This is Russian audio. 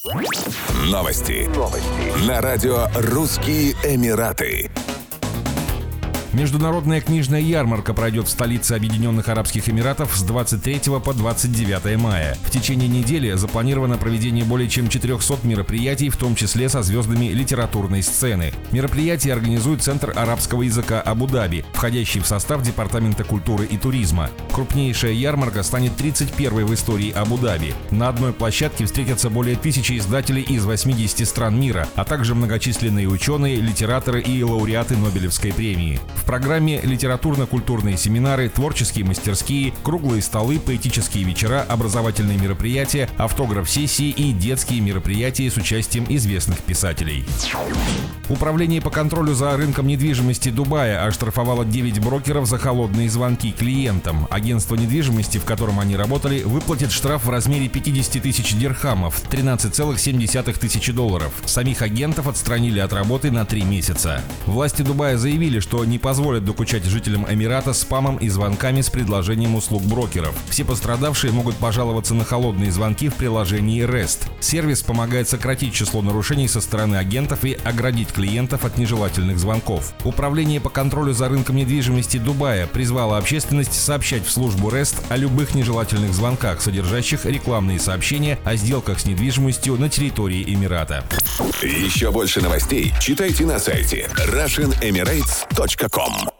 Новости. На радио «Русские Эмираты». Международная книжная ярмарка пройдет в столице Объединенных Арабских Эмиратов с 23 по 29 мая. В течение недели запланировано проведение более чем 400 мероприятий, в том числе со звездами литературной сцены. Мероприятие организует Центр арабского языка Абу-Даби, входящий в состав Департамента культуры и туризма. Крупнейшая ярмарка станет 31-й в истории Абу-Даби. На одной площадке встретятся более 1000 издателей из 80 стран мира, а также многочисленные ученые, литераторы и лауреаты Нобелевской премии. В программе литературно-культурные семинары, творческие мастерские, круглые столы, поэтические вечера, образовательные мероприятия, автограф-сессии и детские мероприятия с участием известных писателей. Управление по контролю за рынком недвижимости Дубая оштрафовало 9 брокеров за холодные звонки клиентам. Агентство недвижимости, в котором они работали, выплатит штраф в размере 50 тысяч дирхамов, 13,7 тысячи долларов. Самих агентов отстранили от работы на 3 месяца. Власти Дубая заявили, что не позволят докучать жителям Эмирата спамом и звонками с предложением услуг брокеров. Все пострадавшие могут пожаловаться на холодные звонки в приложении REST. Сервис помогает сократить число нарушений со стороны агентов и оградить клиентов от нежелательных звонков. Управление по контролю за рынком недвижимости Дубая призвало общественность сообщать в службу REST о любых нежелательных звонках, содержащих рекламные сообщения о сделках с недвижимостью на территории Эмирата. Еще больше новостей читайте на сайте RussianEmirates.com.